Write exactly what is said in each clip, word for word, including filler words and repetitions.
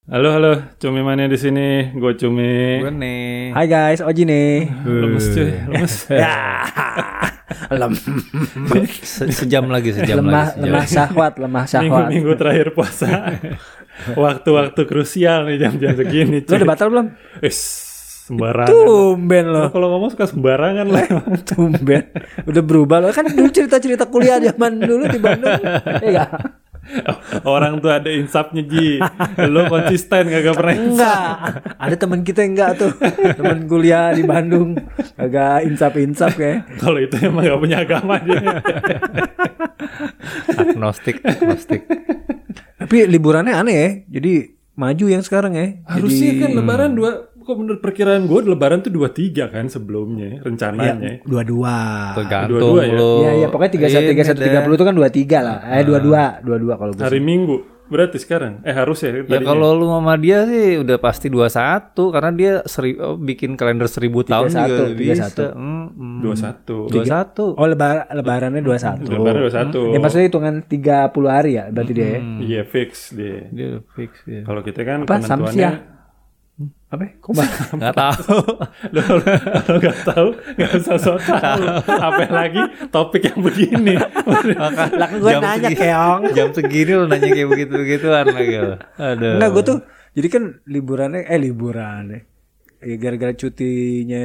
Halo halo, Cumi mana di sini? Gue Cumi. Gue nih. Hai guys, Oji nih. Lemes cuy, lemes. Ya, lem, Se- sejam lagi, sejam lemah, lagi. Sejam. lemah syahwat, lemah syahwat. Minggu-minggu terakhir puasa. Waktu-waktu krusial nih jam-jam segini. Lo udah batal belum? Is sembarangan. Tumben lo, Lo kalau ngomong suka sembarangan lah. tumben. Udah berubah lo kan dulu cerita-cerita kuliah zaman dulu di Bandung. Iya gak? Orang tuh ada insapnya Ji. Lo konsisten kagak pernah insap. Enggak. Ada teman kita yang enggak tuh. Teman kuliah di Bandung agak insap-insap kayak. Kalau itu emang gak punya agama dia. Agnostik, agnostik. Tapi liburannya aneh ya. Jadi maju yang sekarang ya. Harusnya Jadi, kan lebaran dua. Kok menurut perkiraan gue lebaran tuh dua tiga kan sebelumnya rencananya. ya, dua-dua. Tergantung Dua-dua ya? lo. Iya, iya pokoknya tiga puluh satu, tiga puluh satu, tiga puluh itu kan dua puluh tiga lah. Eh dua puluh dua, dua puluh dua kalau gue. Hari Minggu. Berarti sekarang. Eh harus ya. Ya tadinya. kalau lu sama dia sih udah pasti dua puluh satu karena dia seri, oh, bikin kalender seribu tahun tiga puluh satu, juga tiga puluh bisa. satu. Mm, mm. dua puluh satu. dua puluh satu. Oh lebar lebarannya dua puluh satu. Lebaran dua puluh satu. Ya maksudnya hitungan tiga puluh hari ya berarti dia ya. Iya fix dia. Dia fix ya. Kalau kita kan Apa penentuannya Samsia? Apa? Kok bah? Enggak tahu. lo lo nggak tahu nggak usah sok tahu. Apa lagi topik yang begini. Maka Lah gue jam nanya segini- keong. Jam segini lu nanya kayak begitu-begituan lagi. Aduh. Enggak gue tuh jadi kan liburannya eh liburannya ya gara-gara cutinya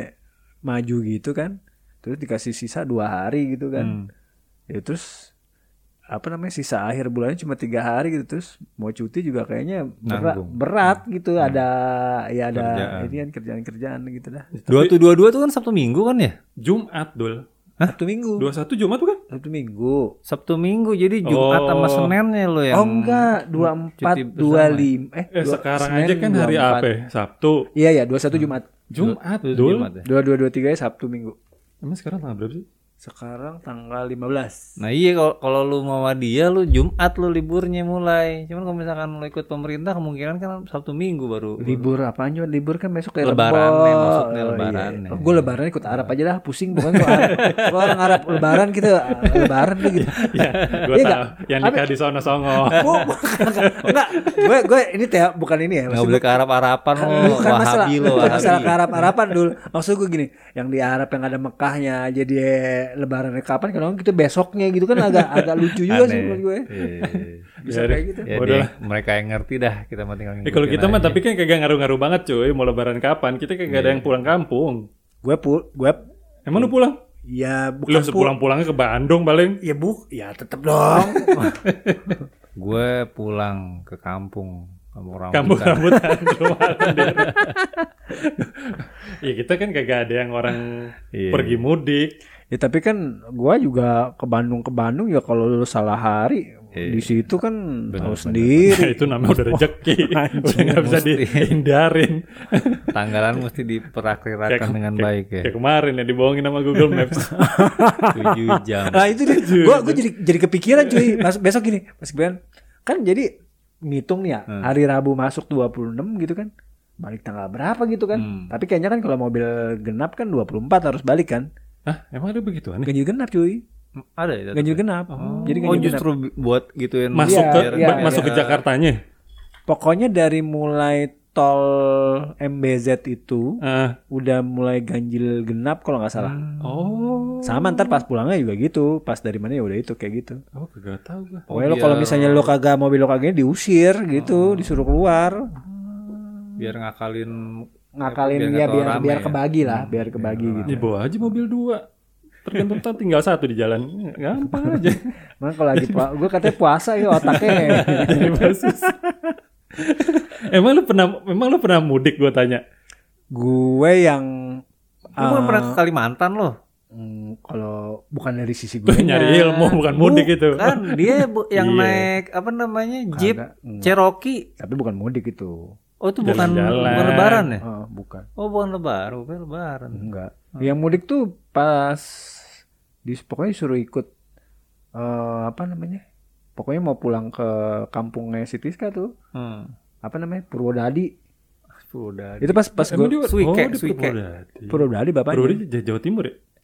maju gitu kan. Terus dikasih sisa dua hari gitu kan. Ya terus apa namanya sisa akhir bulannya cuma tiga hari gitu terus mau cuti juga kayaknya berat, Nanggung. berat gitu ada ya ada Kerjaan. ini kan kerjaan-kerjaan gitu dah. Dua tuh dua dua tuh kan Sabtu Minggu kan ya? Jumat dul. Sabtu Minggu. dua puluh satu Jumat tuh kan? Sabtu Minggu. Sabtu Minggu jadi Jumat Oh. sama Seninnya lo yang Oh enggak, dua puluh empat, cuti bersama. dua puluh lima eh, Eh dua- sekarang Senin aja kan hari dua puluh empat. apa? ya? Sabtu. Iya ya, dua puluh satu Jumat. Jumat Dua- dul. Jumat ya? dua puluh dua, dua puluh tiga ya Sabtu Minggu. Emang sekarang tanggal berapa sih? Sekarang tanggal lima belas. Nah iya kalau kalau lu mau sama dia lu Jumat lu liburnya mulai. Cuman kalau misalkan lu ikut pemerintah kemungkinan kan Sabtu Minggu baru. Libur apaan juga? Libur kan besok kayak Lebarannya, Rebo. maksudnya Oh, lebarannya. Iya. Oh, gue lebaran ikut Arab aja dah, pusing bukan gue Arab. Gue orang Arab lebaran gitu, lebaran tuh gitu. Ya, gue Iya tahu. nggak? Yang nikah di sono songo. Oh, enggak, gue gue ini teh bukan ini ya. Nggak maksud boleh gua- ke Arab-Arapan lu, bukan masalah, Wahabi lu, bukan masalah Wahabi. ke Arab-Arapan dulu. Maksud gue gini, yang di Arab yang ada Mekahnya, jadi lebarannya kapan? Kalau gitu besoknya gitu kan agak agak lucu juga sih Aneh. menurut gue. Iya. Bisa Ya, kayak gitu. Ya Bodoh dia, lah. mereka yang ngerti dah, kita mah tinggal Eh, ngikutin kalau kita mah aja. tapi kan kagak ngaruh-ngaruh banget cuy. Mau lebaran kapan? Kita kagak ada yang pulang kampung. Gue pul, gue Emang lu pulang? ya Lu bukan pul, sepulang-pulangnya ke Bandung paling. ya bu, ya tetep dong. Gue pulang ke kampung kampung rambutan. Kampung rambutan rumah daerah. Ya kita kan kagak ada yang orang Iya. pergi mudik. Ya tapi kan gua juga ke Bandung ke Bandung ya kalau lu salah hari Iya. di situ kan tahu Ya, sendiri. itu namanya udah rezeki. Udah nggak bisa Mesti. dihindarin. Tanggalan mesti diperkirakan Kayak- dengan kayak- baik ya. Kayak kemarin ya dibohongin sama Google Maps. tujuh jam. Nah itu dia. Gua gua jadi jadi kepikiran cuy. Mas, besok gini, Mas Gibran. Kan jadi ngitung nih ya, hari Rabu masuk dua puluh enam gitu kan. Balik tanggal berapa gitu kan. Hmm. Tapi kayaknya kan kalau mobil genap kan dua puluh empat harus balik kan. Hah, emang ada begituan? Ganjil genap cuy. Ada ya? Ganjil genap. Jadi Oh ganjil genap. justru bi- buat gituin Masuk Iya, ke iya, ba- masuk iya. ke Jakartanya. Pokoknya dari mulai tol M B Z itu Ah. udah mulai ganjil genap kalau nggak salah. Oh. Sama ntar pas pulangnya juga gitu. Pas dari mana ya udah itu kayak gitu. Oh, kagak tahu gua. Pokoknya lo biar- kalau misalnya lo kagak mobil lo kagak diusir gitu, disuruh keluar, biar ngakalin ngakalin biar ya nggak biar terlalu biar rame ya. kebagi lah, biar kebagi gitu. Ya bawa aja mobil dua. Tergantung ntar tinggal satu di jalan. Gampang aja. Makanya kalau lagi puasa, gue katanya puasa ya otaknya. Jadi basis. Emang lu pernah memang lu pernah mudik gua tanya. Gue yang Lu kan pernah ke Kalimantan loh. mm, kalau bukan dari sisi Gue gue nyari ilmu bukan mudik itu. Kan dia bu- yang Iya. naik apa namanya Jeep Kagak, enggak. Cherokee. tapi bukan mudik itu. Oh itu bukan Jalan-jalan. bukan lebaran ya? Oh, bukan. Oh bukan lebaran, bukan lebaran. Enggak. Yang mudik tuh pas di pokoknya suruh ikut eh, apa namanya? Pokoknya mau pulang ke kampungnya si Tiska tuh. Hmm. Apa namanya? Purwodadi. Udah. Itu pas pas Emang gue dia- Suike, oh, dia Suike. Purwodadi. Purwodadi bapaknya. Purwodadi Jawa Timur ya?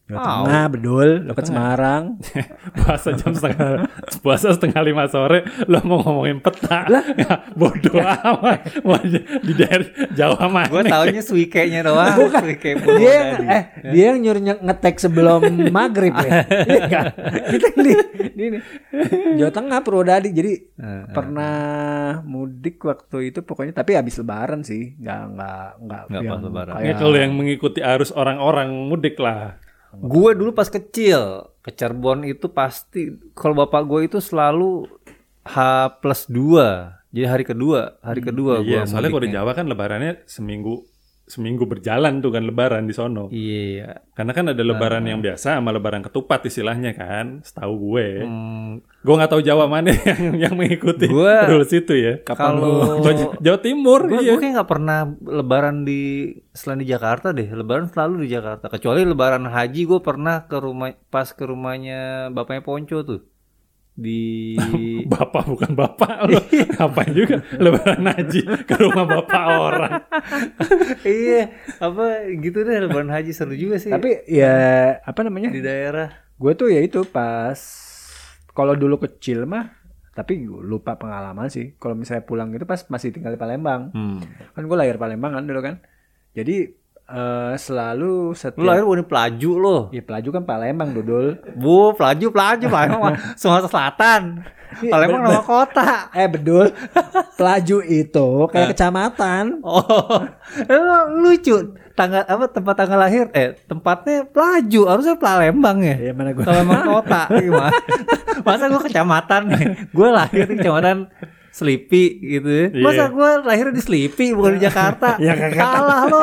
Jawa Tengah, bedul, dekat Semarang. Puasa jam setengah puasa setengah lima sore lo mau ngomongin peta lah. Bodoh amat. Mau di daerah Jawa mana? Gue taunya suikenya doang. Suike Dia yang, eh dia yang nyuruh nye- ngetek sebelum maghrib ya. Iya kan? Kita di, di ini. Jawa Tengah Purwodadi. Jadi Uh, pernah mudik waktu itu pokoknya tapi habis lebaran sih. Enggak enggak enggak Nggak yang pas lebaran. Ya kalau yang mengikuti arus orang-orang mudik lah. Gue dulu pas kecil ke Cirebon itu pasti kalau bapak gue itu selalu H plus dua. Jadi hari kedua, hari kedua gue Iya, soalnya kalau di Jawa kan lebarannya seminggu seminggu berjalan tuh kan lebaran di sono. Iya. Karena kan ada lebaran yang biasa sama lebaran ketupat istilahnya kan, setahu gue. Hmm, Gue nggak tahu Jawa mana yang yang mengikuti Gua- rules itu ya. kalau Jawa, Jawa Timur, gue iya. kayak nggak pernah lebaran di selain di Jakarta deh. Lebaran selalu di Jakarta. Kecuali lebaran haji gue pernah ke rumah pas ke rumahnya bapaknya Ponco tuh di Bapak bukan bapak lo. Ngapain juga lebaran haji ke rumah bapak orang. iya apa gitu deh lebaran haji seru juga sih. tapi ya apa namanya? di daerah Gue tuh ya itu pas kalau dulu kecil mah tapi gue lupa pengalaman sih. Kalau misalnya pulang gitu pas masih tinggal di Palembang. Hmm. Kan gue lahir Palembang kan dulu kan. Jadi eh, selalu lu setiap lahir udah pelaju lo. ya pelaju kan Palembang Dodol. Bu, pelaju, pelaju, Palembang mah Sumatera Selatan. Palembang nama kota. Eh bedul. Pelaju itu kayak kecamatan. Oh, emang lucu. Tanggal apa tempat tanggal lahir? Eh, tempatnya pelaju, harusnya Palembang ya. Ya mana gue. Palembang kota gimana? Masa gue kecamatan nih? Gue lahir di kecamatan Selipi gitu. ya. Masa Iya. gue lahir di Selipi bukan di Jakarta? Ya, kagak. Salah lo.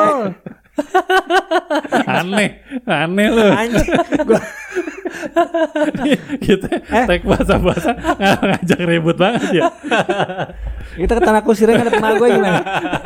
Aneh, aneh lo. Anjing. Gua Kita tek bahasa-bahasa ng- ngajak ribut banget ya. kita ke Tanah Kusir kan ada teman gue gimana?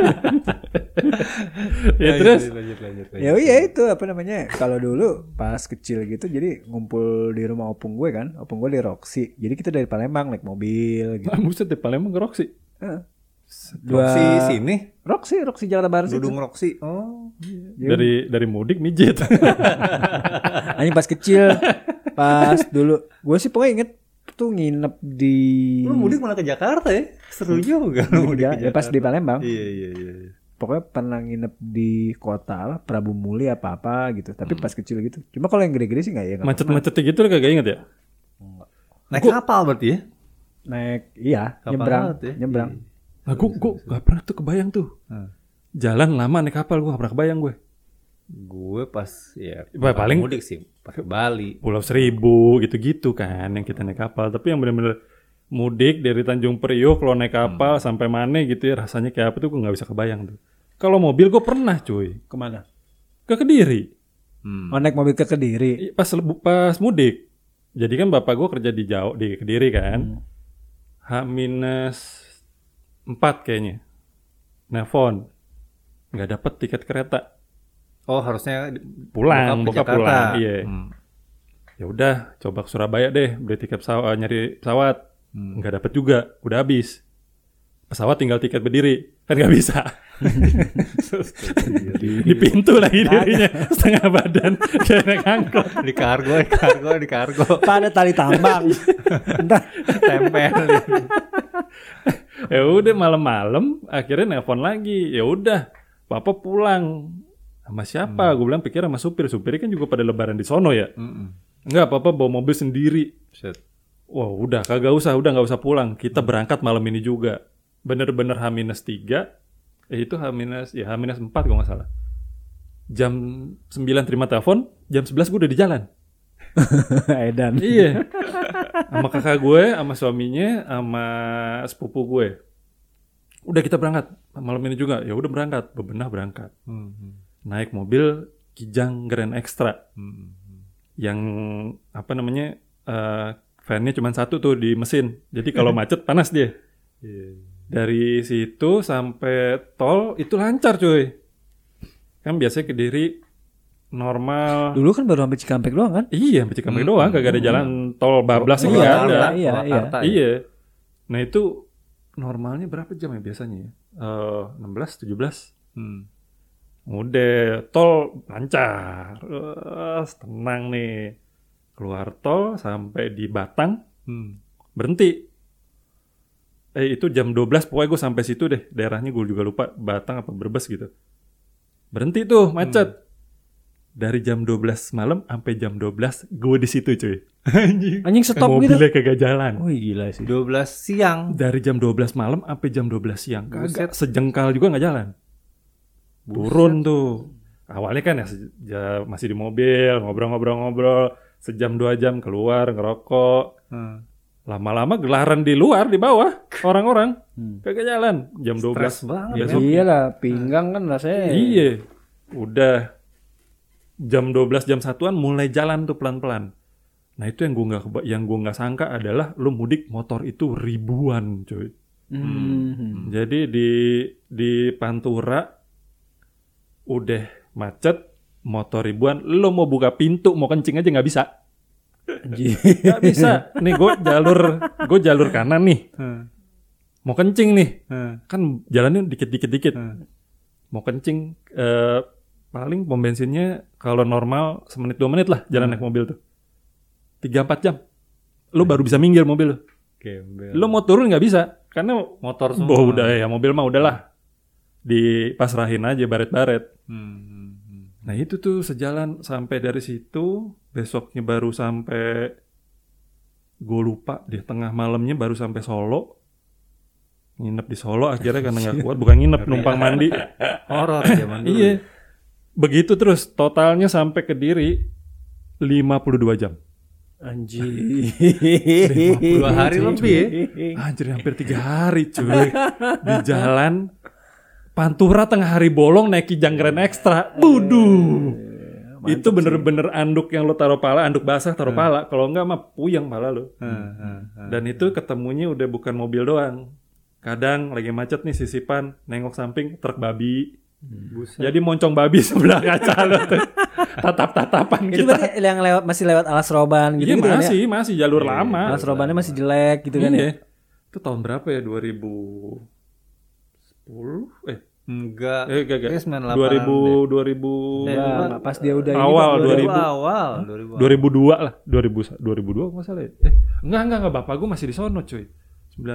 Ya terus Ya iya itu apa namanya? Kalau dulu pas kecil gitu jadi ngumpul di rumah opung gue kan. Opung gue di Roxy. Jadi kita dari Palembang naik mobil gitu. ah, buset deh Palembang ke Roxy. Heeh. Roxy sini. Roxy, Roxy Jakarta Barat situ. Dudung Roxy. Oh. Dari dari mudik mijit. Anjing pas kecil, pas dulu, gue sih pokoknya inget tuh nginep di. Lu mudik malah ke Jakarta ya? Seru juga lu mudik ya, ke ya pas di Palembang. Iya iya iya. Pokoknya pernah nginep di kota lah, Prabu Muli apa apa gitu. Tapi pas kecil gitu. Cuma kalau yang gede-gede sih nggak ya. Nggak Macet-macetnya gitu lo kagak inget ya? Naik kapal berarti ya? naik, iya, Kapal nyebrang, laut ya? nyebrang. Nah, gue gue gak pernah tuh kebayang tuh. Hmm. Jalan lama naik kapal gue gak pernah kebayang gue. Gue pas ya Bah, paling- mudik sih pakai Bali. Pulau Seribu gitu-gitu kan yang kita naik kapal. Tapi yang bener-bener mudik dari Tanjung Priok kalau naik kapal sampai mana gitu ya rasanya kayak apa tuh gue nggak bisa kebayang tuh. Kalau mobil gue pernah cuy Kemana? ke Kediri. Hmm. Oh, naik mobil ke Kediri. I- Pas lebu- pas mudik. Jadi kan bapak gue kerja di Jawa di Kediri kan. H minus empat kayaknya. Nelfon. Nggak dapet tiket kereta. Oh harusnya di- Pulang, bokap ke bokap Jakarta. pulang. Iya. Hmm. Ya udah, coba ke Surabaya deh, beli tiket pesawat, nyari pesawat. Hmm. Nggak dapet juga, udah habis. Pesawat tinggal tiket berdiri, kan nggak bisa. Di pintu lagi dirinya, setengah badan, kayak naik angkot. Di kargo, di kargo, di kargo. Pada tali tambang. Entar Tempel. Ya udah malam-malam, akhirnya nelpon lagi. Ya udah, papa pulang. Sama siapa? Gue bilang pikir sama supir. Supirnya kan juga pada lebaran di sono ya. Mm-mm. Enggak, papa bawa mobil sendiri. Shit. Wah udah kagak usah, udah nggak usah pulang. Kita berangkat malam ini juga. Bener-bener H minus tiga. Eh itu H minus, ya H minus empat kalau nggak salah. Jam sembilan terima telepon, jam sebelas gue udah di jalan. Edan. Iya. Sama kakak gue, sama suaminya, sama sepupu gue. Udah kita berangkat malam ini juga. Ya udah berangkat, bebenah berangkat. Hmm. Naik mobil Kijang Grand Extra. Hmm. Yang apa namanya? eh fan-nya cuma satu tuh di mesin. Jadi kalau macet panas dia. Dari situ sampai tol itu lancar cuy. Kan biasanya Kediri normal. Dulu kan baru sampai Cikampek doang kan? Iya, sampai Cikampek doang, kagak ada jalan tol bablas Oh, nggak Jakarta, ada. Iya, iya. Jakarta ya? Iya. Nah itu normalnya berapa jam ya biasanya? ya? Eh, enam belas, tujuh belas. Hmm. Udah tol lancar, uh, tenang nih. Keluar tol sampai di Batang, Hmm. berhenti. Eh itu jam dua belas pokoknya gue sampai situ deh. Daerahnya gue juga lupa, Batang apa Brebes gitu. Berhenti tuh macet. Hmm. Dari jam dua belas malam sampai jam dua belas gue di situ cuy. Anjing. Anjing stop gitu. Mobilnya kagak jalan. Wih gila sih. dua belas siang. Dari jam dua belas malam sampai jam dua belas siang. Buset. Kagak sejengkal juga nggak jalan. Buset. Turun tuh. Awalnya kan ya, se- ya masih di mobil, ngobrol-ngobrol-ngobrol, sejam dua jam keluar ngerokok. Hmm. Lama-lama gelaran di luar di bawah orang-orang Hmm. kagak jalan. Jam dua belas Stres banget. Ya, besok. iyalah pinggang kan rasanya. Iya. Udah jam dua belas jam satuan mulai jalan tuh pelan-pelan. Nah, itu yang gue nggak keba- yang gue nggak sangka adalah lu mudik motor itu ribuan, cuy. Hmm. Jadi di di Pantura udah macet, motor ribuan, lu mau buka pintu, mau kencing aja nggak bisa. Anjing. Nggak bisa. Nih gue jalur gue jalur kanan nih. Hmm. Mau kencing nih. Hmm. Kan jalannya dikit-dikit dikit. Hmm. Mau kencing eh, paling pom bensinnya kalau normal semenit dua menit lah jalan naik mobil tuh. tiga empat jam. Lu baru bisa minggir mobil lu. Gembel. Lu mau turun nggak bisa karena motor semua. Boh, udah ya mobil mah udahlah. Dipasrahin aja baret-baret. Hmm. Hmm. Nah itu tuh sejalan sampai dari situ, besoknya baru sampai, gue lupa deh, tengah malamnya baru sampai Solo. Nginep di Solo akhirnya karena nggak kuat, bukan nginep, numpang mandi. Horor zaman dulu. Iya, begitu terus totalnya sampai Kediri lima puluh dua jam. Anjing. Dua hari lebih ya. Anjir hampir tiga hari cuy di jalan Pantura tengah hari bolong naik Kijang Grand Extra. Buduh. Itu bener-bener anduk yang lo taruh pala, anduk basah taruh pala. Kalau enggak mah puyeng pala lo. Dan itu ketemunya udah bukan mobil doang. Kadang lagi macet nih sisipan, nengok samping truk babi. Buset. Jadi moncong babi sebelah kaca lo tuh. Tatap-tatapan Itu kita. berarti yang lewat masih lewat alas roban gitu, Iya gitu kan masih, ya? masih jalur lama. Alas robannya masih jelek gitu kan ya. Iya. Itu tahun berapa ya? dua ribu sepuluh Eh, Enggak. eh gak, gak. Kayaknya sembilan puluh delapan dua ribu, deh. dua ribu Eh, Nah, dua- pas dia udah awal ini kan, dua ribu. awal dua ribu dua ribu dua lah, dua ribu dua ribu dua nggak salah ya? Eh, enggak enggak enggak bapak gue masih di sono cuy. sembilan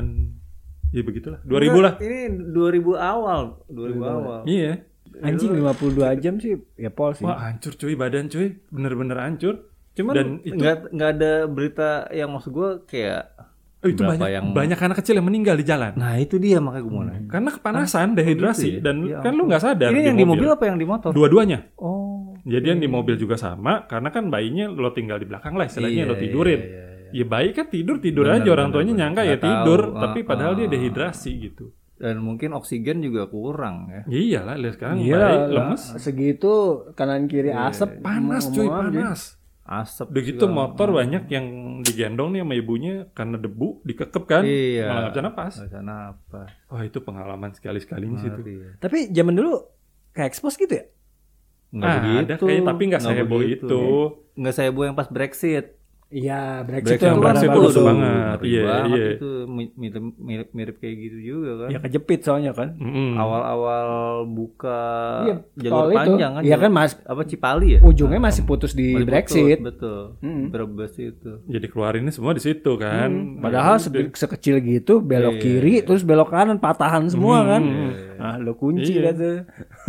ya begitulah, dua ribu lah. Ini dua ribu awal, dua ribu awal. Iya. anjing lima puluh dua jam sih ya pol sih. Wah, hancur cuy badan cuy. Bener-bener hancur. Cuman Dan itu nggak nggak ada berita yang maksud gue kayak oh, itu berapa banyak yang- banyak anak kecil yang meninggal di jalan. nah itu dia makanya gue mau nanya. Karena kepanasan, dehidrasi gitu ya? dan Ya kan lu nggak sadar Ini yang di mobil apa yang di motor? Dua-duanya. Oh. Jadi yang di mobil juga sama karena kan bayinya lo tinggal di belakang lah istilahnya Iya, lo tidurin. iya, Ya iya, bayi kan tidur tidur Benar, aja orang benar, tuanya benar. nyangka ya Nggak tahu. tidur Ah, tapi padahal ah. dia dehidrasi gitu. Dan mungkin oksigen juga kurang ya. Ya iyalah lihat sekarang Iya bayi lah, lemes. segitu kanan kiri asap Panas cuy, ngomong aja. panas. Asap. Udah gitu segala- motor banyak yang digendong nih sama ibunya karena debu dikekep kan. Iya. Malah nggak bisa napas. Nggak bisa napas. Wah itu pengalaman sekali-sekalinya sih itu. Ngeri ya. Tapi zaman dulu kayak expose gitu ya? Nggak Ah, begitu. ada kayaknya tapi nggak seheboh begitu. itu. Nggak seheboh yang pas Brexit. Iya, Brexit Brexit, itu yang yang baru-baru Brexit tuh. tuh banget. Ngeri Iya, banget iya. itu mi- mirip, mirip, mirip kayak gitu juga kan. Ya kejepit soalnya kan. Mm-mm. Awal-awal buka Iya, jalur tol itu. panjang kan. Iya jalur- kan, Mas. Apa Cipali ya? Ujungnya masih putus di Masih Brexit. Betul. betul. Mm. Brebes itu. Jadi keluarinnya semua di situ kan. Hmm, Padahal Ya, se- sekecil gitu belok Iya, kiri terus belok kanan patahan semua Hmm, kan. iya. Ah, lo kunci Iya. dah tuh.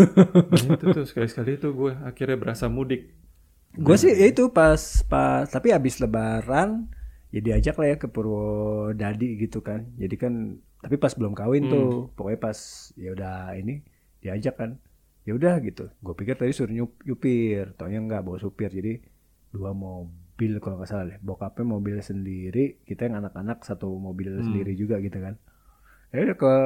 Nah, itu tuh sekali-sekali itu gue akhirnya berasa mudik. Gue sih ya itu pas pas tapi habis lebaran ya diajak lah ya ke Purwodadi gitu kan. Jadi kan tapi pas belum kawin tuh. Pokoknya pas ya udah ini diajak kan. Ya udah gitu. Gue pikir tadi suruh nyup, nyupir, taunya enggak bawa supir. Jadi dua mobil kalau nggak salah deh. Bokapnya mobil sendiri, kita yang anak-anak satu mobil sendiri juga gitu kan. Ya udah ke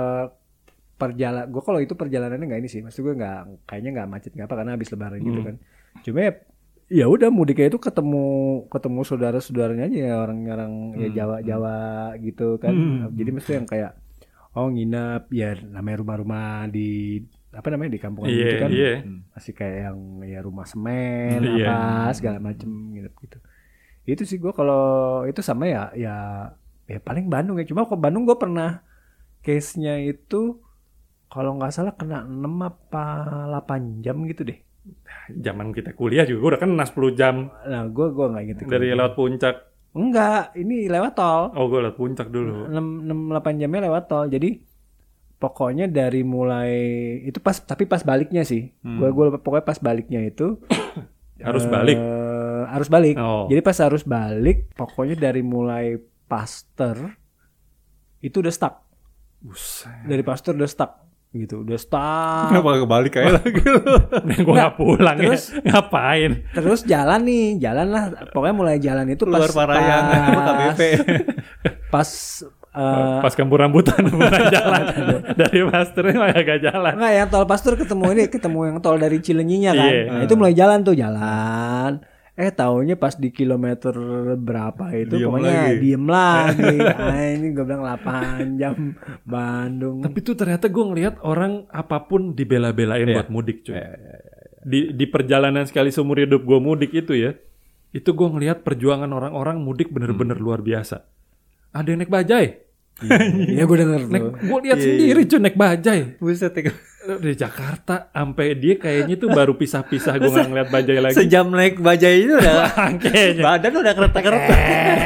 perjalanan gue kalau itu perjalanannya nggak ini sih, maksud gue nggak kayaknya nggak macet nggak apa karena habis lebaran gitu kan. Cuma ya, ya udah mudiknya itu ketemu ketemu saudara-saudaranya aja ya orang-orang ya Jawa-Jawa gitu kan. Jadi mesti yang kayak oh nginep ya namanya rumah-rumah di apa namanya di kampungan Iya, gitu kan. iya. Masih kayak yang ya rumah semen Iya. apa segala macem nginep gitu. Itu sih gue kalau itu sama ya ya ya paling Bandung ya. Cuma kok Bandung gue pernah case-nya itu kalau nggak salah kena enam apa delapan jam gitu deh. Zaman kita kuliah juga udah kena sepuluh jam Nah, gue gua nggak gitu. dari lewat puncak. Enggak, ini lewat tol. Oh, gue lewat puncak dulu. enam delapan jamnya lewat tol. Jadi pokoknya dari mulai itu pas tapi pas baliknya sih. Hmm. Gue gue pokoknya pas baliknya itu Harus eh, balik. Harus balik. Oh. Jadi pas harus balik, pokoknya dari mulai Pasteur itu udah stuck. Buset. Dari Pasteur udah stuck gitu, udah stuck. Kenapa kebalik kayak lagi lu? Gue gak pulang terus- ya. Ngapain? Terus jalan nih, jalan lah. Pokoknya mulai jalan itu pas Keluar Parayangan sama K B P. Pas eh, Pas kampung rambutan mulai jalan. Dari masternya malah gak jalan. enggak yang tol Pasteur ketemu ini, ketemu yang tol dari Cileunyinya kan. Iya. Nah, itu mulai jalan tuh, jalan. Eh taunya pas di kilometer berapa itu Diem pokoknya lagi. diem lagi. Ah, ini gue bilang delapan jam Bandung. Tapi tuh ternyata gue ngelihat orang apapun dibela-belain Iya. buat mudik cuy. Di di perjalanan sekali seumur hidup gue mudik itu ya, itu gue ngelihat perjuangan orang-orang mudik bener-bener luar biasa. Ada yang naik bajai. Iya gue denger Naik, tuh. gue lihat sendiri cuy naik bajai. Buset ya. Dari Jakarta sampai dia kayaknya tuh baru pisah-pisah gue nggak ngeliat bajai lagi. Sejam naik bajai itu udah Kayaknya. badan udah kereta-kereta.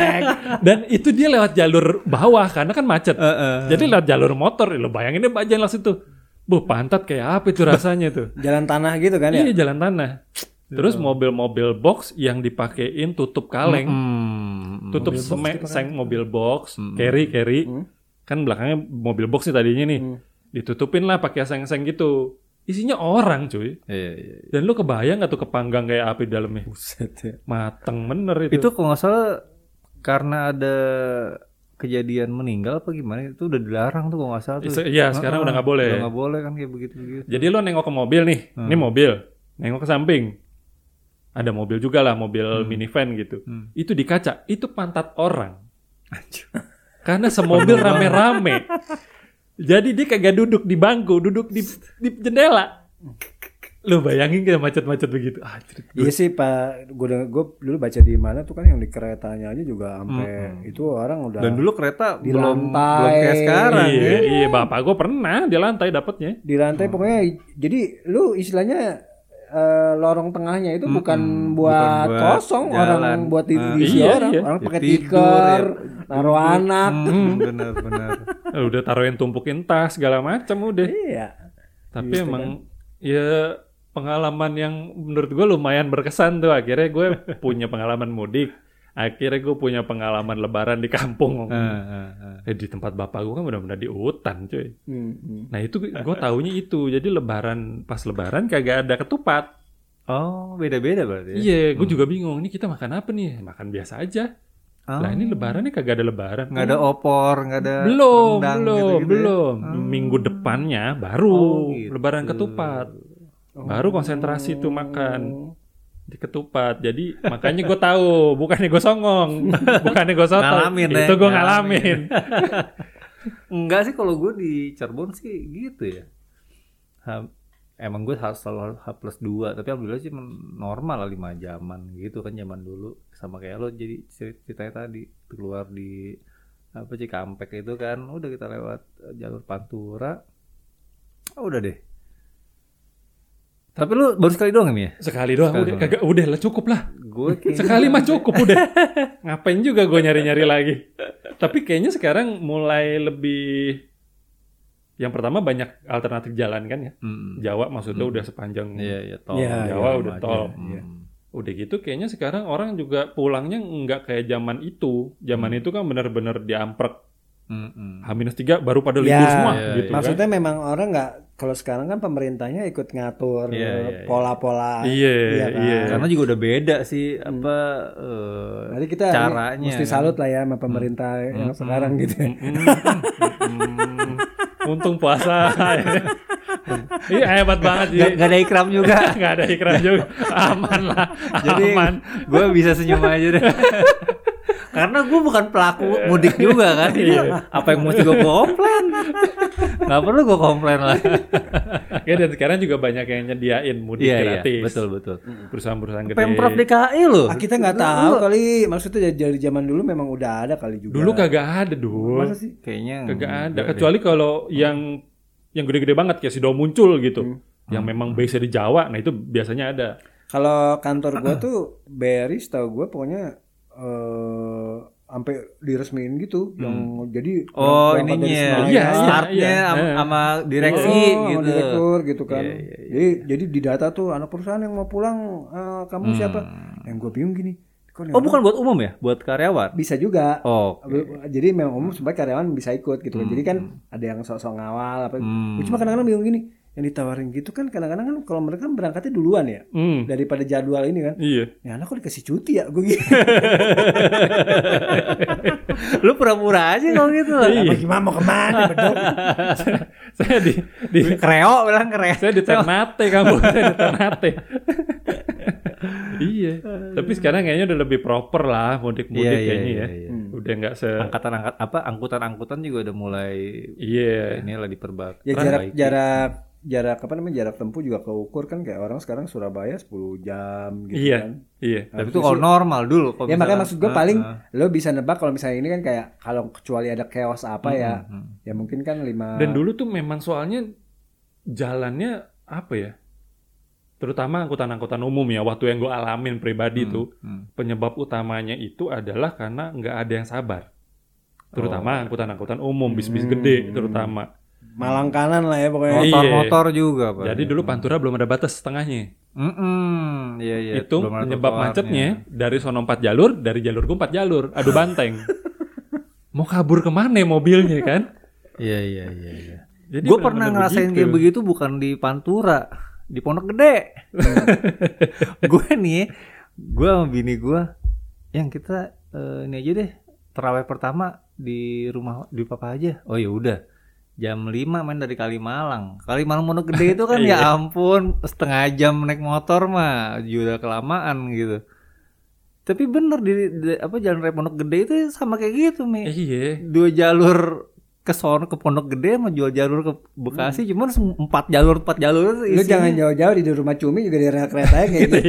Dan itu dia lewat jalur bawah karena kan macet. Heeh. Jadi lewat jalur motor, lo bayangin deh bajai langsung tuh. Bu, pantat kayak apa itu rasanya tuh. Jalan tanah gitu kan ya. Iya, jalan tanah. Terus mobil-mobil box yang dipakein tutup kaleng, Hmm. tutup semek, seng mobil box, carry carry. Kan belakangnya mobil box nih tadinya nih. Ditutupin lah pakai seng-seng gitu. Isinya orang, cuy. Iya, iya. Dan lu kebayang gak tuh kepanggang kayak apa di dalamnya? Buset ya. Mateng bener itu. Itu kalau nggak salah karena ada kejadian meninggal apa gimana itu udah dilarang tuh kalau nggak salah tuh. Iya, sekarang udah nggak boleh. Udah nggak boleh kan kayak begitu begitu. Jadi lo nengok ke mobil nih, ini mobil, nengok ke samping, ada mobil juga lah, mobil minivan gitu. Hmm. Itu di kaca, itu pantat orang. Karena semobil rame-rame. Jadi dia kagak duduk di bangku, duduk di, di jendela. Lo bayangin kayak macet-macet begitu. Ah, Iya sih Pak, gue gue dulu baca di mana tuh kan yang di keretanya aja juga sampai itu orang udah Dan dulu kereta Di belum lantai. belum kayak sekarang. iya, ya. iya, bapak gue pernah di lantai dapetnya. di lantai pokoknya jadi lu istilahnya eh, lorong tengahnya itu bukan buat buat kosong jalan. orang buat di, Ah. diisi Iya, orang iya. orang Ya pakai tidur, tikar ya naruh anak Hmm, benar benar. Eh, udah taruhin tumpukin tas segala macam udah. iya Tapi Gitu emang ya pengalaman yang menurut gue lumayan berkesan tuh. Akhirnya gue punya pengalaman mudik. Akhirnya gue punya pengalaman lebaran di kampung. Ah, ah, ah. Eh, di tempat bapak gue kan benar-benar di hutan cuy. Hmm, hmm. Nah itu gue taunya itu. Jadi lebaran, pas lebaran kagak ada ketupat. Oh, beda-beda berarti ya. Iya, gue juga bingung. Ini kita makan apa nih? Makan biasa aja. Oh. Lah ini lebaran nih kagak ada lebaran. Nggak ada opor, nggak ada Belum, rendang belum, gitu-gitu ya? belum. Minggu depannya baru Oh, gitu. lebaran ketupat. Baru konsentrasi tuh makan di ketupat. Jadi makanya gue tahu, bukannya gue songong, bukannya gue soto. Ngalamin, ya. Itu gue Ngalamin. ngalamin. Enggak sih kalau gue di Cirebon sih gitu ya. Ha- emang gue harus selalu H plus dua, tapi alhamdulillah sih men- normal lah lima jaman gitu kan zaman dulu. Sama kayak lo jadi cer- ceritanya tadi keluar di apa Cikampek itu kan udah kita lewat eh, jalur Pantura. Oh, udah deh. Tapi lu baru sekali doang ini ya? Sekali doang, Sekali udah, doang. kagak, udah lah cukup lah. Gue kayaknya Sekali mah cukup udah. Ngapain juga gue nyari-nyari lagi. Tapi kayaknya sekarang mulai lebih. Yang pertama banyak alternatif jalan kan ya. Mm-mm. Jawa maksudnya udah sepanjang. Iya, iya, tol. Iya, Jawa iya, udah Iya, tol. iya. Udah gitu kayaknya sekarang orang juga pulangnya nggak kayak zaman itu. Zaman itu kan benar-benar diamprek. Mm-mm. H minus tiga baru pada libur Ya, semua iya, gitu maksudnya memang orang nggak kalau sekarang kan pemerintahnya ikut ngatur Iya, iya, iya. pola-pola Iya, kan? iya. Karena juga udah beda sih apa eh, Nanti kita caranya. mesti kan. salut lah ya sama pemerintah yang sekarang gitu ya. Hmm, untung puasa. Iya hebat banget Gak, sih. gak ada ikram juga. Nggak ada ikram juga. Aman lah. Jadi Aman. gue bisa senyum aja deh. Karena gue bukan pelaku mudik juga kan. Iya. Apa yang mesti gue komplain? Gak perlu gue komplain lah. Ya, dan sekarang juga banyak yang nyediain mudik Iya iya gratis. betul betul. Perusahaan-perusahaan gede. Pemprov D K I loh. Ah, kita nggak tahu kali, maksudnya dari, dari zaman dulu memang udah ada kali juga. Dulu kagak ada dul. Masa sih? Kayaknya Kagak ada. enggak deh. Kecuali kalau yang yang gede-gede banget kayak Sido muncul gitu. Hmm. Yang memang base di Jawa, nah itu biasanya ada. Kalau kantor gue tuh B R I setahu gue pokoknya eh sampai diresmiin gitu, Hmm. yang jadi Oh berangkat ininya dari ya, Senayan. Iya, iya, startnya iya. sama, Eh. sama direksi Oh, sama gitu. direktur gitu kan. Iya, iya, iya. Jadi jadi di data tuh anak perusahaan yang mau pulang, eh, kamu siapa? Yang gue bingung gini. kok nih Oh orang bukan buat umum ya, buat karyawan. bisa juga. Oh. Jadi memang umum supaya karyawan bisa ikut gitu kan. Jadi kan ada yang sok-sok ngawal apa. Hmm. Gua cuma kadang-kadang bingung gini. Yang ditawarin gitu kan kadang-kadang kan kalau mereka berangkatnya duluan ya Hmm. daripada jadwal ini kan. Iya. Ya anak kok dikasih cuti ya gue gitu. Lu pura-pura aja kalau gitu lah. Iya. Apa gimana mau kemana bedok? Saya di di Kreo bilang kreo. saya di Ternate kamu, saya di Ternate. Iya. Tapi sekarang kayaknya udah lebih proper lah mudik-mudik Iya, iya, kayaknya iya, ya. iya. Udah nggak se Angkatan angkat apa angkutan-angkutan juga udah mulai Iya. inilah diperbaiki. Ya jarak jarak jarak apa namanya jarak tempuh juga keukur kan kayak orang sekarang Surabaya sepuluh jam gitu Iya. kan. Iya. Tapi itu kalau normal dulu. Kalau Ya makanya misalkan- maksud gue Ah, paling ah. lo bisa nebak kalau misalnya ini kan kayak kalau kecuali ada chaos apa ya, hmm. ya mungkin kan lima. Dan dulu tuh memang soalnya jalannya apa ya? Terutama angkutan-angkutan umum ya, waktu yang gue alamin pribadi tuh, hmm. penyebab utamanya itu adalah karena nggak ada yang sabar. Terutama angkutan-angkutan umum, bis-bis gede terutama. Malang kanan lah ya pokoknya. Iya. Motor-motor juga Pak. Jadi dulu Pantura belum ada batas setengahnya. Mm-mm. Iya, iya. Itu Belum ada penyebab trotoarnya. macetnya dari sono empat jalur, dari jalur gue empat jalur, adu banteng. Mau kabur kemana mobilnya kan? Iya, iya, iya, iya. Jadi Gue benar-benar pernah ngerasain begitu. kayak begitu bukan di Pantura, di Pondok Gede. Gue nih, gue sama bini gue, yang kita eh, ini aja deh, terawih pertama di rumah di papa aja. Oh ya udah, jam lima main dari Kalimalang. Kalimalang Pondok Gede itu kan ya ampun, setengah jam naik motor mah, juga kelamaan gitu. Tapi bener di, di- apa jalan raya Pondok Gede itu sama kayak gitu, Mi. Iya. Dua jalur ke sono ke Pondok Gede sama jual jalur ke Bekasi cuman sem- empat jalur empat jalur Lu isinya. jangan jauh-jauh di rumah Cumi juga di rel keretanya kayak gitu.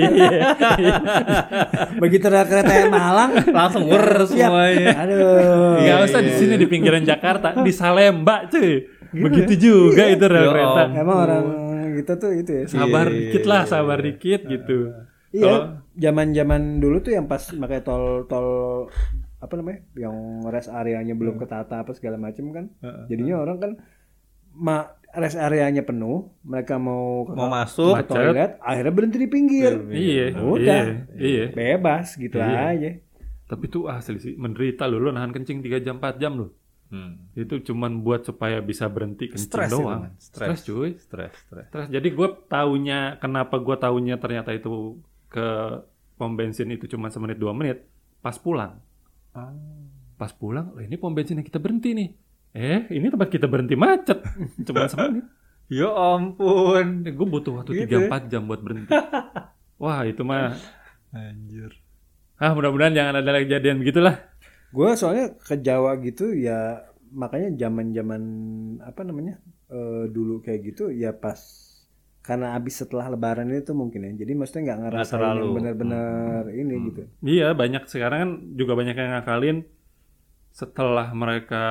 Begitu rel keretanya Malang langsung wer siap. semuanya. Aduh. Nggak usah di sini di pinggiran Jakarta, di Salemba cuy. Begitu juga itu rel Ya kereta. om. Emang orang kita tuh itu ya. Sabar dikit lah, sabar dikit gitu. Iya, zaman-zaman dulu tuh yang pas pakai tol tol apa namanya? Yang rest areanya belum ketata apa segala macam kan. Jadinya orang kan ma rest areanya penuh, mereka mau ke, Mau masuk, ke toilet, akhirnya berhenti di pinggir. Iya, Udah. iya, iya. Bebas gitu Iya. aja. Tapi tuh asli sih menderita lu, lu nahan kencing tiga jam empat jam lu. Hmm. Itu cuman buat supaya bisa berhenti kencing Stres doang. itu, Stres stres. cuy. Stres, stres. Stres. Jadi gue taunya kenapa gue taunya ternyata itu ke pom bensin itu cuma semenit dua menit pas pulang. Pas pulang, oh, ini pom bensin yang kita berhenti nih. Eh, ini tempat kita berhenti macet. Cuma semenit. Ya ampun. Eh, gue butuh waktu Gitu tiga ya? empat jam buat berhenti. Wah, itu mah. Anjir. Ah, mudah-mudahan jangan ada kejadian begitulah. Gue soalnya ke Jawa gitu ya makanya zaman-zaman apa namanya eh, dulu kayak gitu ya pas karena abis setelah Lebaran itu mungkin ya. Jadi maksudnya nggak ngerasain terlalu. yang benar-benar ini gitu. Iya, banyak sekarang kan juga banyak yang ngakalin setelah mereka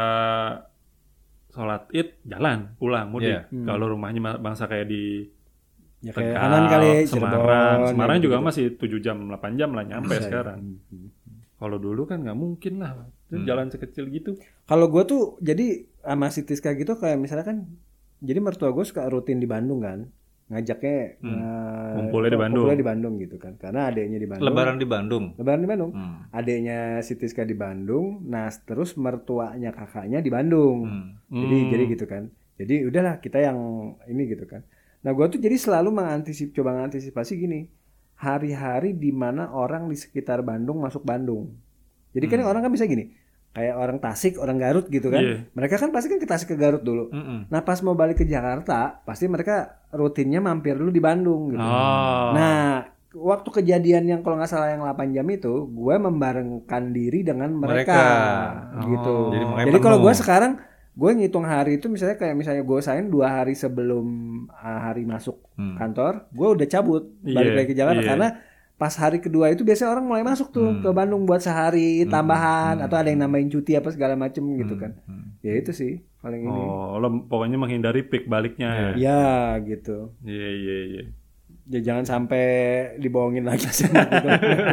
sholat id jalan pulang mudik. Iya. Kalau rumahnya ma- bangsa kayak di Ya kayak Tegal, kanan kali Semarang, Cirebon, Semarang ya juga gitu. masih tujuh jam delapan jam lah nyampe Bisa, ya. sekarang. Kalau dulu kan nggak mungkin lah. Itu jalan sekecil gitu. Kalau gue tuh jadi sama si Tiska gitu kayak misalnya kan jadi mertua gue suka rutin di Bandung kan ngajaknya eh, Kumpulnya di apa, Bandung. kumpulnya di Bandung gitu kan karena adiknya di Bandung Lebaran di Bandung. Lebaran di Bandung Hmm. adiknya si Tiska di Bandung nah terus mertuanya kakaknya di Bandung Hmm. jadi Hmm. jadi gitu kan jadi udahlah kita yang ini gitu kan nah gue tuh jadi selalu mengantisip coba mengantisipasi gini hari-hari di mana orang di sekitar Bandung masuk Bandung jadi kan orang kan bisa gini kayak orang Tasik, orang Garut gitu kan. Iya. Mereka kan pasti kan ke Tasik ke Garut dulu. Mm-mm. Nah pas mau balik ke Jakarta, pasti mereka rutinnya mampir dulu di Bandung gitu. Oh. Nah waktu kejadian yang kalau nggak salah yang delapan jam itu, gue membarengkan diri dengan mereka, Mereka. gitu. Oh. Jadi makanya Jadi kalau penuh. gue sekarang gue ngitung hari itu misalnya kayak misalnya gue usahain dua hari sebelum uh, hari masuk Hmm. kantor, gue udah cabut balik Iya, lagi ke Jakarta iya. karena pas hari kedua itu biasanya orang mulai masuk tuh Hmm. ke Bandung buat sehari tambahan Hmm. atau ada yang nambahin cuti apa segala macem gitu kan. Hmm. Ya itu sih paling ini. Oh, lo pokoknya menghindari peak baliknya. Ya gitu. Iya, iya, iya. Ya jangan sampai dibohongin lagi sama gitu.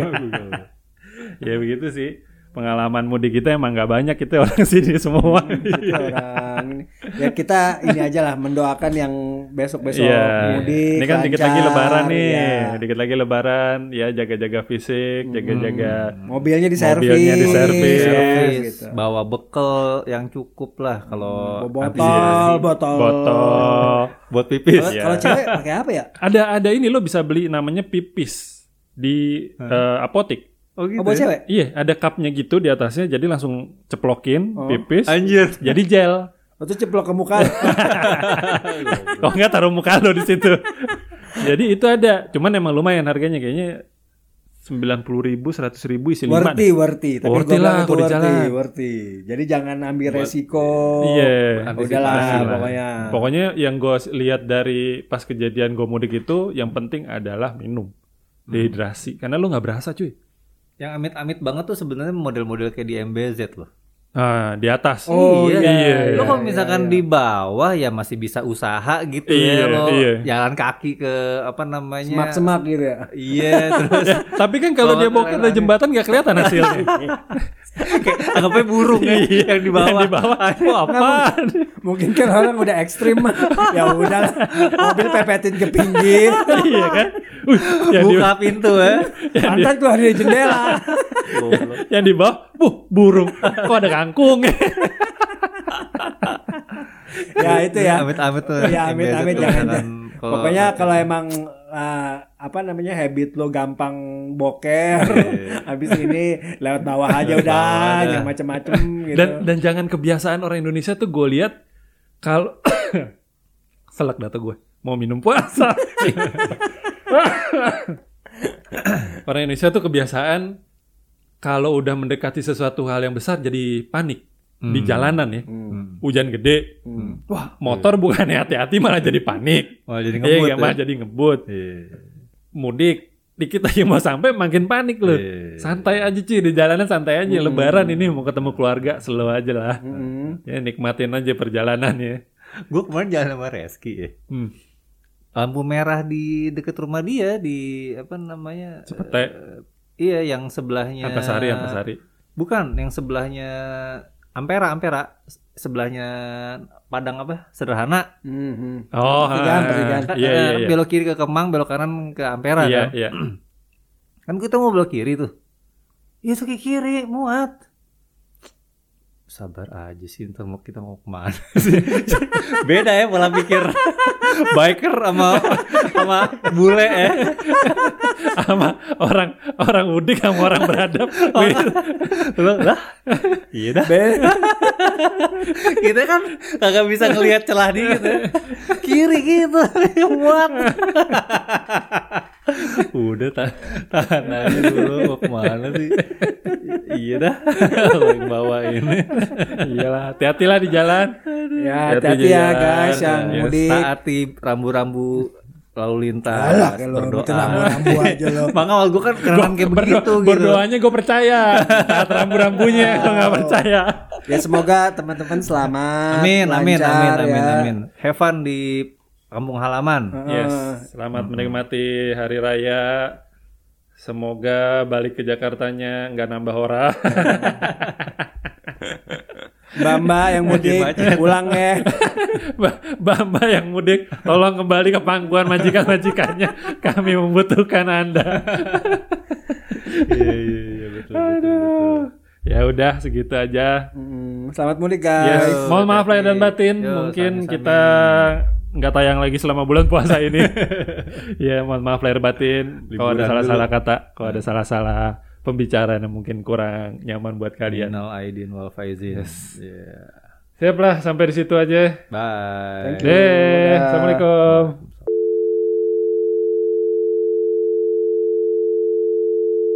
Ya begitu sih. Pengalaman mudik kita emang nggak banyak, kita orang sini semua. Kita orang ini. Ya kita ini aja lah mendoakan yang besok-besok Iya. mudik. Ini kan dikit lancar, lagi lebaran nih. ya. Dikit lagi lebaran, ya jaga-jaga fisik, jaga-jaga Mobilnya diservis. Mobilnya diservis. Servis, gitu. bawa bekal yang cukup lah kalau Bawa habis botol, botol. botol buat pipis. Kalau Ya. kalau cewek pakai apa ya? Ada ada ini lo bisa beli namanya pipis di eh, apotek. Oh gitu. Oh, buat cewek? Iya, ada cupnya gitu di atasnya, jadi langsung ceplokin Oh. pipis, Anjir. jadi gel. Atau ceplok ke muka. Kok nggak taruh muka lo di situ. Jadi itu ada, cuman emang lumayan harganya kayaknya sembilan puluh ribu, seratus ribu isi lima. worthy, worthy. Tapi Worthy gua lah, bilang itu kalau di worthy, jalan. worthy. Jadi jangan ambil resiko. Iya. Udahlah Antisipasi lah. pokoknya. Pokoknya yang gue lihat dari pas kejadian gue mudik itu, yang penting adalah minum, dehidrasi, karena lo nggak berasa cuy. Yang amit-amit banget tuh sebenarnya model-model kayak di M B Z loh. Ah, di atas. Oh, iya. iya. Lo kalau iya, misalkan iya. di bawah ya masih bisa usaha gitu Iya, ya lo iya. jalan kaki ke apa namanya? Semak-semak gitu ya. Iya, terus Tapi kan kalau dia bongkar dari jembatan nggak kelihatan hasilnya. kayak anggapnya burung ya yang di bawah. Yang di bawah. Wah, apaan? Mungkin kan orang udah ekstrim mah. Ya udah mobil pepetin ke pinggir. Iya kan? Wih, yang di, Buka pintu ya. Pantat keluar dari jendela. yang di bawah, buh, burung. Kok ada kangkung? Ya itu ya. Amit-amit tuh. Ya M B Z amit-amit tuh jangan. misalkan kalau- Pokoknya kalau emang uh, apa namanya habit lo gampang boker, habis ini lewat bawah aja udah, aja. jangan macem-macem gitu. Dan dan jangan kebiasaan orang Indonesia tuh gue lihat kalau selak data gue mau minum puasa. Orang Indonesia tuh kebiasaan kalau udah mendekati sesuatu hal yang besar jadi panik di jalanan ya. Hmm. Hujan gede. Wah, motor bukannya hati-hati malah jadi panik. Malah jadi Iya, ngebut nggak, ya. malah jadi ngebut. Iya. Mudik dikit lagi mau sampai makin panik loh. Iya. Santai aja cuy, di jalanan santai aja. Lebaran ini mau ketemu keluarga, slow aja lah. Hmm. Ya nikmatin aja perjalanannya. Gue kemarin jalan sama Reski ya. Hmm. Lampu merah di deket rumah dia di apa namanya? Cepete. eh, iya, yang sebelahnya. Antasari, Antasari. Bukan, yang sebelahnya Ampera, Ampera. Sebelahnya Padang apa? Sederhana. Hmm. Oh, Pertigaan, ah, pertigaan. iya iya Eh, iya. Belok kiri ke Kemang, belok kanan ke Ampera Iya kan. iya. Kan kita mau belok kiri tuh. Iya, ke kiri, muat. Sabar aja sih, ntar mau kita mau kemana sih? Beda ya pola pikir biker sama sama bule ya. Sama orang orang mudik sama orang beradab. Lo lah, iya dah. Kita kan kagak bisa ngelihat celah dikit ya. Kiri gitu, muat. Udah ta tahan aja dulu, mau kemana sih? Iya dah, yang bawa ini. Iyalah, hati-hatilah di jalan. Ya Hati-hati hati-hati ya jalan. guys yang Ya, mudik. Taati rambu-rambu lalu lintas. Alah kayak lo berdoa. bikin rambu-rambu aja lo. Makanya awal gue kan kenalan kayak Berdo- begitu gitu. Berdoanya gue percaya. Taat rambu-rambunya gue nggak percaya. Ya semoga teman-teman selamat. Amin, amin, lancar, amin, amin, ya. amin. Have fun di kampung halaman. Yes, selamat menikmati hari raya. Semoga balik ke Jakartanya nggak nambah orang. Mbak-mbak yang mudik pulang ya. Mbak Mbak yang mudik, tolong kembali ke pangkuan majikan-majikannya. Kami membutuhkan Anda. Iya, iya, iya, betul, betul, betul. Ya udah segitu aja. Hmm, selamat mudik Yes, guys. mohon maaf lahir dan batin. Yo, Mungkin sami-sami. kita nggak tayang lagi selama bulan puasa ini. Ya, mohon maaf lahir batin. Kalau ada Liburan salah-salah dulu. kata, kalau ada salah-salah pembicaraan yang mungkin kurang nyaman buat kalian. Minal aidin wal faizin. Yes. Yeah. Siap lah, sampai di situ aja. Bye. Thank you. Deh, Dah. assalamualaikum.